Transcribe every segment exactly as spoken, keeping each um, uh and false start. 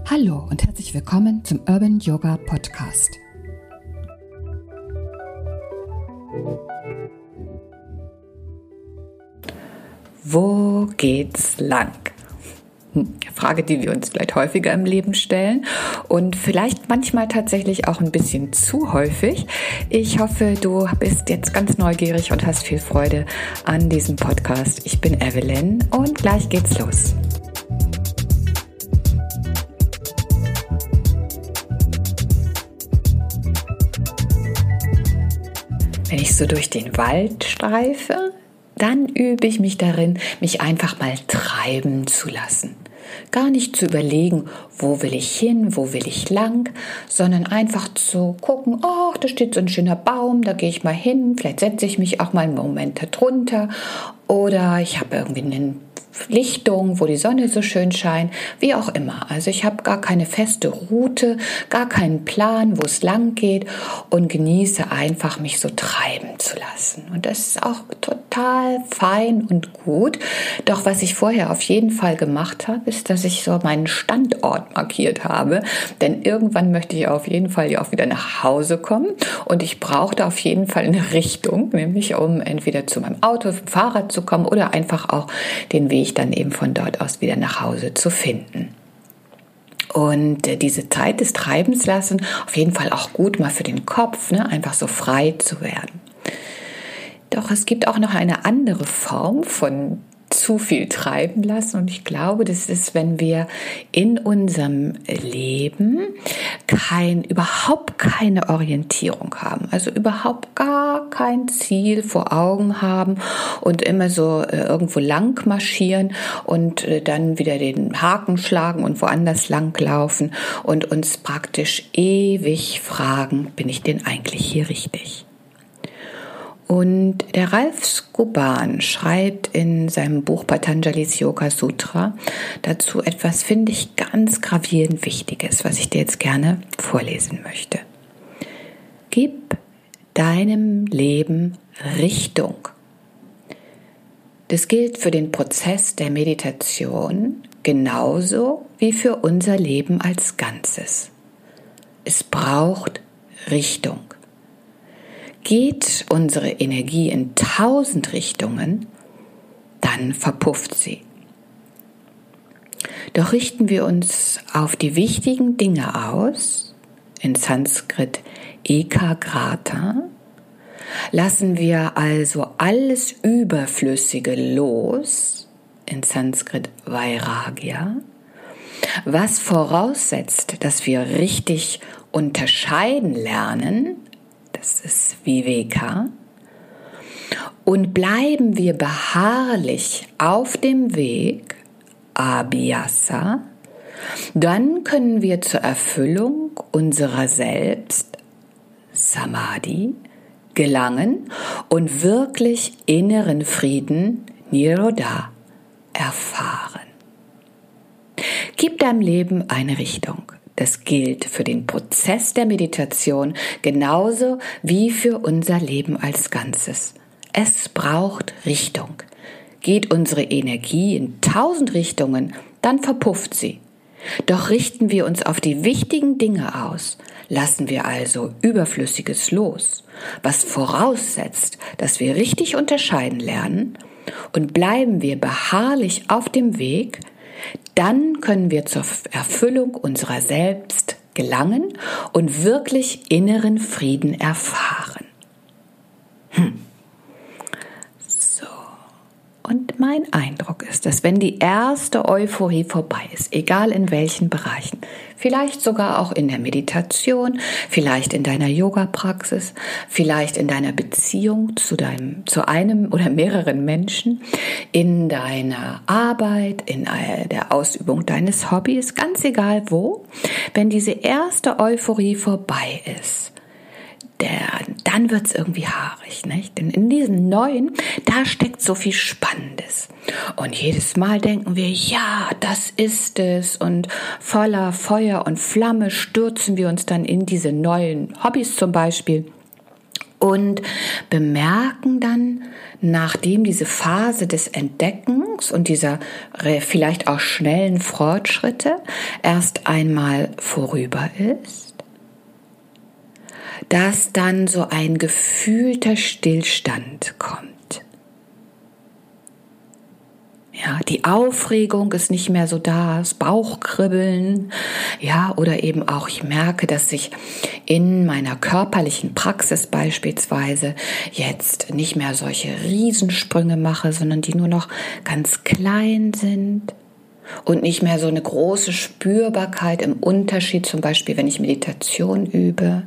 Hallo und herzlich willkommen zum Urban Yoga Podcast. Wo geht's lang? Frage, die wir uns vielleicht häufiger im Leben stellen und vielleicht manchmal tatsächlich auch ein bisschen zu häufig. Ich hoffe, du bist jetzt ganz neugierig und hast viel Freude an diesem Podcast. Ich bin Evelyn und gleich geht's los. Wenn ich so durch den Wald streife, dann übe ich mich darin, mich einfach mal treiben zu lassen. Gar nicht zu überlegen, wo will ich hin, wo will ich lang, sondern einfach zu gucken, oh, da steht so ein schöner Baum, da gehe ich mal hin, vielleicht setze ich mich auch mal einen Moment darunter oder ich habe irgendwie einen Lichtung, wo die Sonne so schön scheint, wie auch immer. Also ich habe gar keine feste Route, gar keinen Plan, wo es lang geht und genieße einfach, mich so treiben zu lassen. Und das ist auch total fein und gut. Doch was ich vorher auf jeden Fall gemacht habe, ist, dass ich so meinen Standort markiert habe. Denn irgendwann möchte ich auf jeden Fall ja auch wieder nach Hause kommen und ich brauchte auf jeden Fall eine Richtung, nämlich um entweder zu meinem Auto, zum Fahrrad zu kommen oder einfach auch den Weg dann eben von dort aus wieder nach Hause zu finden. Und äh, diese Zeit des Treibens lassen, auf jeden Fall auch gut mal für den Kopf, ne? Einfach so frei zu werden. Doch es gibt auch noch eine andere Form von zu viel treiben lassen und ich glaube, das ist, wenn wir in unserem Leben kein, überhaupt keine Orientierung haben, also überhaupt gar kein Ziel vor Augen haben und immer so äh, irgendwo lang marschieren und äh, dann wieder den Haken schlagen und woanders lang laufen und uns praktisch ewig fragen, bin ich denn eigentlich hier richtig? Und der Ralf Skuban schreibt in seinem Buch Patanjali's Yoga Sutra dazu etwas, finde ich, ganz gravierend Wichtiges, was ich dir jetzt gerne vorlesen möchte. Gib deinem Leben Richtung. Das gilt für den Prozess der Meditation genauso wie für unser Leben als Ganzes. Es braucht Richtung. Geht unsere Energie in tausend Richtungen, dann verpufft sie. Doch richten wir uns auf die wichtigen Dinge aus, in Sanskrit Ekagrata, lassen wir also alles Überflüssige los, in Sanskrit Vairagya, was voraussetzt, dass wir richtig unterscheiden lernen, das ist Viveka. Und bleiben wir beharrlich auf dem Weg, Abhyasa, dann können wir zur Erfüllung unserer selbst, Samadhi, gelangen und wirklich inneren Frieden, Nirodha, erfahren. Gib deinem Leben eine Richtung. Das gilt für den Prozess der Meditation genauso wie für unser Leben als Ganzes. Es braucht Richtung. Geht unsere Energie in tausend Richtungen, dann verpufft sie. Doch richten wir uns auf die wichtigen Dinge aus, lassen wir also Überflüssiges los, was voraussetzt, dass wir richtig unterscheiden lernen, und bleiben wir beharrlich auf dem Weg, dann können wir zur Erfüllung unserer selbst gelangen und wirklich inneren Frieden erfahren. Hm. So. Und mein Eindruck ist, dass wenn die erste Euphorie vorbei ist, egal in welchen Bereichen, vielleicht sogar auch in der Meditation, vielleicht in deiner Yoga-Praxis, vielleicht in deiner Beziehung zu deinem, zu einem oder mehreren Menschen, in deiner Arbeit, in der Ausübung deines Hobbys, ganz egal wo, wenn diese erste Euphorie vorbei ist, Der, dann wird es irgendwie haarig, nicht? Denn in diesem Neuen, da steckt so viel Spannendes. Und jedes Mal denken wir, ja, das ist es. Und voller Feuer und Flamme stürzen wir uns dann in diese neuen Hobbys zum Beispiel. Und bemerken dann, nachdem diese Phase des Entdeckens und dieser vielleicht auch schnellen Fortschritte erst einmal vorüber ist, dass dann so ein gefühlter Stillstand kommt. Ja, die Aufregung ist nicht mehr so da, das Bauchkribbeln, ja, oder eben auch ich merke, dass ich in meiner körperlichen Praxis beispielsweise jetzt nicht mehr solche Riesensprünge mache, sondern die nur noch ganz klein sind und nicht mehr so eine große Spürbarkeit im Unterschied, zum Beispiel, wenn ich Meditation übe.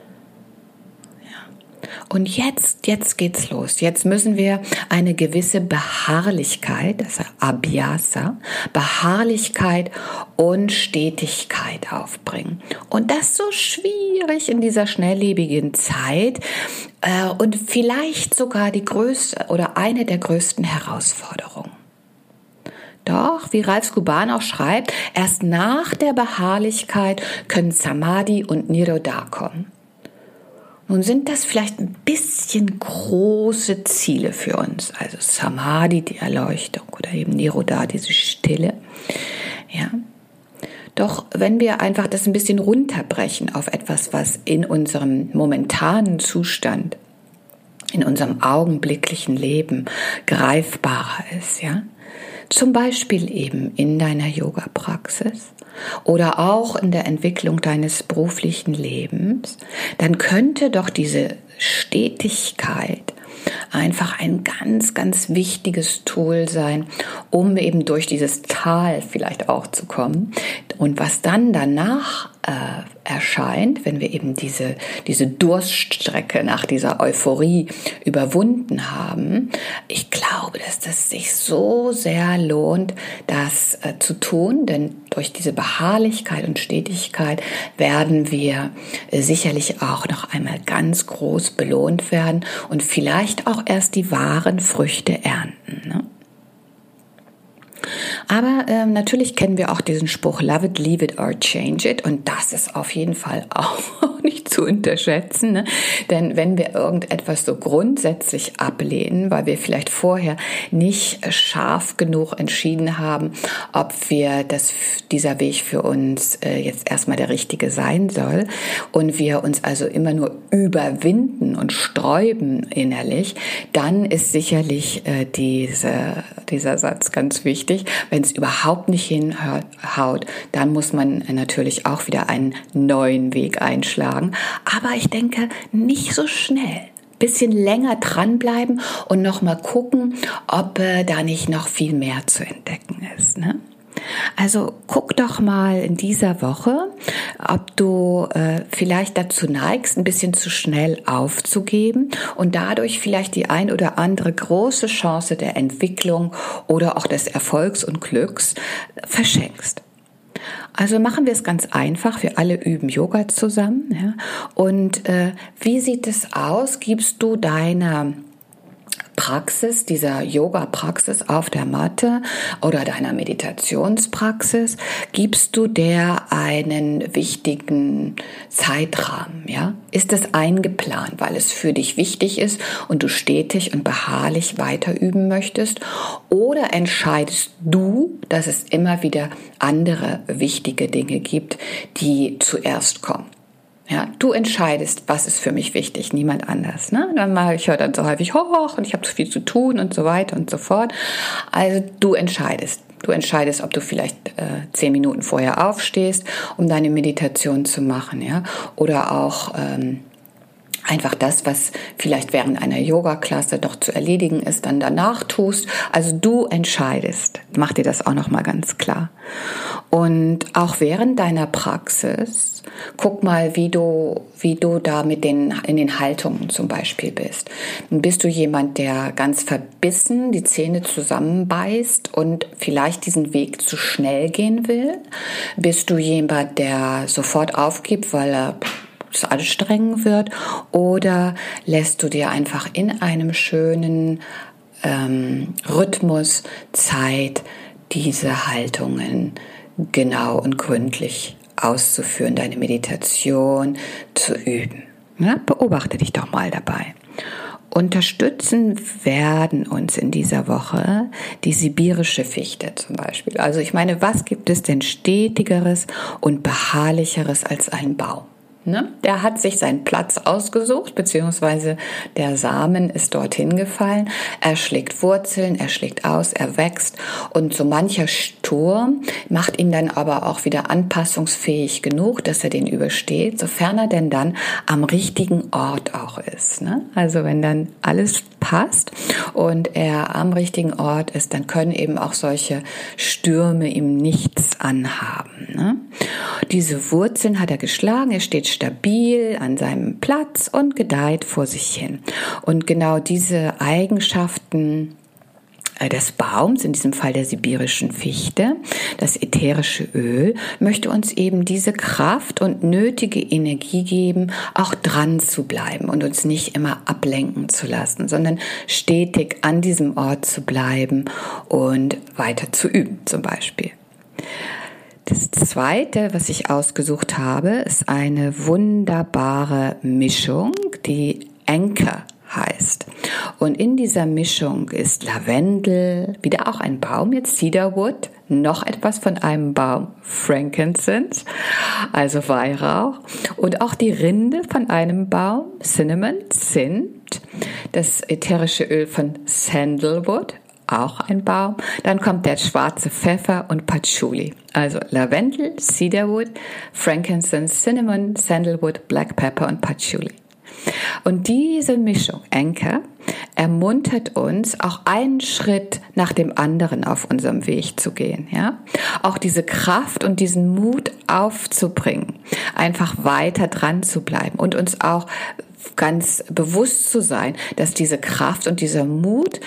Und jetzt, jetzt geht's los. Jetzt müssen wir eine gewisse Beharrlichkeit, also Abhyasa, Beharrlichkeit und Stetigkeit aufbringen. Und das so schwierig in dieser schnelllebigen Zeit äh, und vielleicht sogar die größte oder eine der größten Herausforderungen. Doch, wie Ralph Kuban auch schreibt, erst nach der Beharrlichkeit können Samadhi und Nirodha kommen. Nun sind das vielleicht ein bisschen große Ziele für uns, also Samadhi, die Erleuchtung, oder eben Nirodha, diese Stille. Ja. Doch wenn wir einfach das ein bisschen runterbrechen auf etwas, was in unserem momentanen Zustand, in unserem augenblicklichen Leben greifbarer ist, ja, zum Beispiel eben in deiner Yoga-Praxis oder auch in der Entwicklung deines beruflichen Lebens, dann könnte doch diese Stetigkeit einfach ein ganz, ganz wichtiges Tool sein, um eben durch dieses Tal vielleicht auch zu kommen. Und was dann danach äh, erscheint, wenn wir eben diese, diese Durststrecke nach dieser Euphorie überwunden haben, ich glaube, dass das sich so sehr lohnt, das äh, zu tun, denn durch diese Beharrlichkeit und Stetigkeit werden wir äh, sicherlich auch noch einmal ganz groß belohnt werden und vielleicht auch erst die wahren Früchte ernten, ne? Aber ähm, natürlich kennen wir auch diesen Spruch, love it, leave it or change it. Und das ist auf jeden Fall auch nicht zu unterschätzen, ne? Denn wenn wir irgendetwas so grundsätzlich ablehnen, weil wir vielleicht vorher nicht scharf genug entschieden haben, ob wir das, dieser Weg für uns äh, jetzt erstmal der richtige sein soll und wir uns also immer nur überwinden und sträuben innerlich, dann ist sicherlich äh, diese, dieser Satz ganz wichtig. Wenn es überhaupt nicht hinhaut, dann muss man natürlich auch wieder einen neuen Weg einschlagen. Aber ich denke, nicht so schnell. Bisschen länger dranbleiben und nochmal gucken, ob äh, da nicht noch viel mehr zu entdecken ist, ne? Also guck doch mal in dieser Woche, ob du äh, vielleicht dazu neigst, ein bisschen zu schnell aufzugeben und dadurch vielleicht die ein oder andere große Chance der Entwicklung oder auch des Erfolgs und Glücks verschenkst. Also machen wir es ganz einfach. Wir alle üben Yoga zusammen. Ja? Und äh, wie sieht es aus? Gibst du deiner Praxis, dieser Yoga-Praxis auf der Matte oder deiner Meditationspraxis, gibst du der einen wichtigen Zeitrahmen, ja? Ist das eingeplant, weil es für dich wichtig ist und du stetig und beharrlich weiter üben möchtest? Oder entscheidest du, dass es immer wieder andere wichtige Dinge gibt, die zuerst kommen? Ja, du entscheidest, was ist für mich wichtig, niemand anders. Ne? Dann mal, ich höre dann so häufig, hoch und ich habe zu viel zu tun und so weiter und so fort. Also du entscheidest. Du entscheidest, ob du vielleicht äh, zehn Minuten vorher aufstehst, um deine Meditation zu machen, ja, oder auch ähm, einfach das, was vielleicht während einer Yoga-Klasse doch zu erledigen ist, dann danach tust. Also du entscheidest. Mach dir das auch nochmal ganz klar. Und auch während deiner Praxis, guck mal, wie du, wie du da mit den, in den Haltungen zum Beispiel bist. Bist du jemand, der ganz verbissen die Zähne zusammenbeißt und vielleicht diesen Weg zu schnell gehen will? Bist du jemand, der sofort aufgibt, weil er es anstrengend wird, oder lässt du dir einfach in einem schönen ähm, Rhythmus Zeit, diese Haltungen genau und gründlich auszuführen, deine Meditation zu üben. Ja, beobachte dich doch mal dabei. Unterstützen werden uns in dieser Woche die sibirische Fichte zum Beispiel. Also ich meine, was gibt es denn stetigeres und beharrlicheres als ein Baum? Ne? Der hat sich seinen Platz ausgesucht, beziehungsweise der Samen ist dorthin gefallen. Er schlägt Wurzeln, er schlägt aus, er wächst und so mancher Sturm macht ihn dann aber auch wieder anpassungsfähig genug, dass er den übersteht, sofern er denn dann am richtigen Ort auch ist. Ne? Also wenn dann alles passt und er am richtigen Ort ist, dann können eben auch solche Stürme ihm nichts anhaben. Ne? Diese Wurzeln hat er geschlagen, er steht stabil an seinem Platz und gedeiht vor sich hin. Und genau diese Eigenschaften des Baums, in diesem Fall der sibirischen Fichte, das ätherische Öl, möchte uns eben diese Kraft und nötige Energie geben, auch dran zu bleiben und uns nicht immer ablenken zu lassen, sondern stetig an diesem Ort zu bleiben und weiter zu üben zum Beispiel. Das Zweite, was ich ausgesucht habe, ist eine wunderbare Mischung, die Anchor heißt. Und in dieser Mischung ist Lavendel, wieder auch ein Baum, jetzt Cedarwood, noch etwas von einem Baum, Frankincense, also Weihrauch, und auch die Rinde von einem Baum, Cinnamon, Zimt, das ätherische Öl von Sandalwood, auch ein Baum. Dann kommt der schwarze Pfeffer und Patchouli. Also Lavendel, Cedarwood, Frankincense, Cinnamon, Sandalwood, Black Pepper und Patchouli. Und diese Mischung, Anchor, ermuntert uns, auch einen Schritt nach dem anderen auf unserem Weg zu gehen. Ja? Auch diese Kraft und diesen Mut aufzubringen, einfach weiter dran zu bleiben und uns auch ganz bewusst zu sein, dass diese Kraft und dieser Mut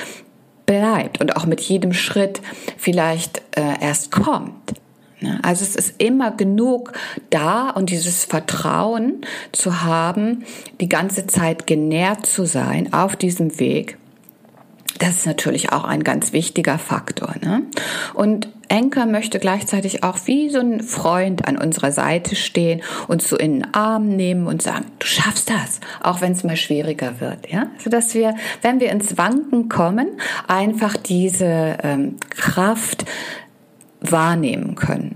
bleibt und auch mit jedem Schritt vielleicht äh, erst kommt. Also es ist immer genug da und dieses Vertrauen zu haben, die ganze Zeit genährt zu sein auf diesem Weg. Das ist natürlich auch ein ganz wichtiger Faktor. Ne? Und Anchor möchte gleichzeitig auch wie so ein Freund an unserer Seite stehen, uns so in den Arm nehmen und sagen, du schaffst das, auch wenn es mal schwieriger wird. Ja? Sodass wir, wenn wir ins Wanken kommen, einfach diese ähm, Kraft wahrnehmen können.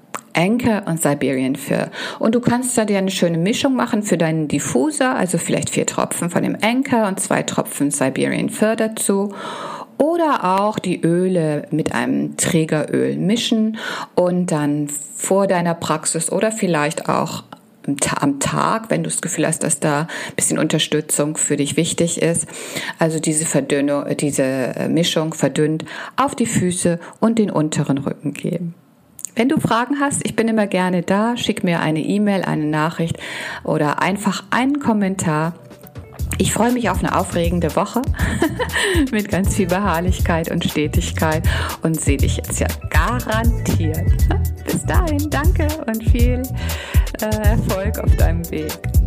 Anchor und Siberian Fir. Und du kannst da dir eine schöne Mischung machen für deinen Diffuser, also vielleicht vier Tropfen von dem Anchor und zwei Tropfen Siberian Fir dazu. Oder auch die Öle mit einem Trägeröl mischen und dann vor deiner Praxis oder vielleicht auch am Tag, wenn du das Gefühl hast, dass da ein bisschen Unterstützung für dich wichtig ist. Also diese Verdünnung, diese Mischung verdünnt auf die Füße und den unteren Rücken geben. Wenn du Fragen hast, ich bin immer gerne da, schick mir eine E-Mail, eine Nachricht oder einfach einen Kommentar. Ich freue mich auf eine aufregende Woche mit ganz viel Beharrlichkeit und Stetigkeit und sehe dich jetzt ja garantiert. Bis dahin, danke und viel äh, Erfolg auf deinem Weg.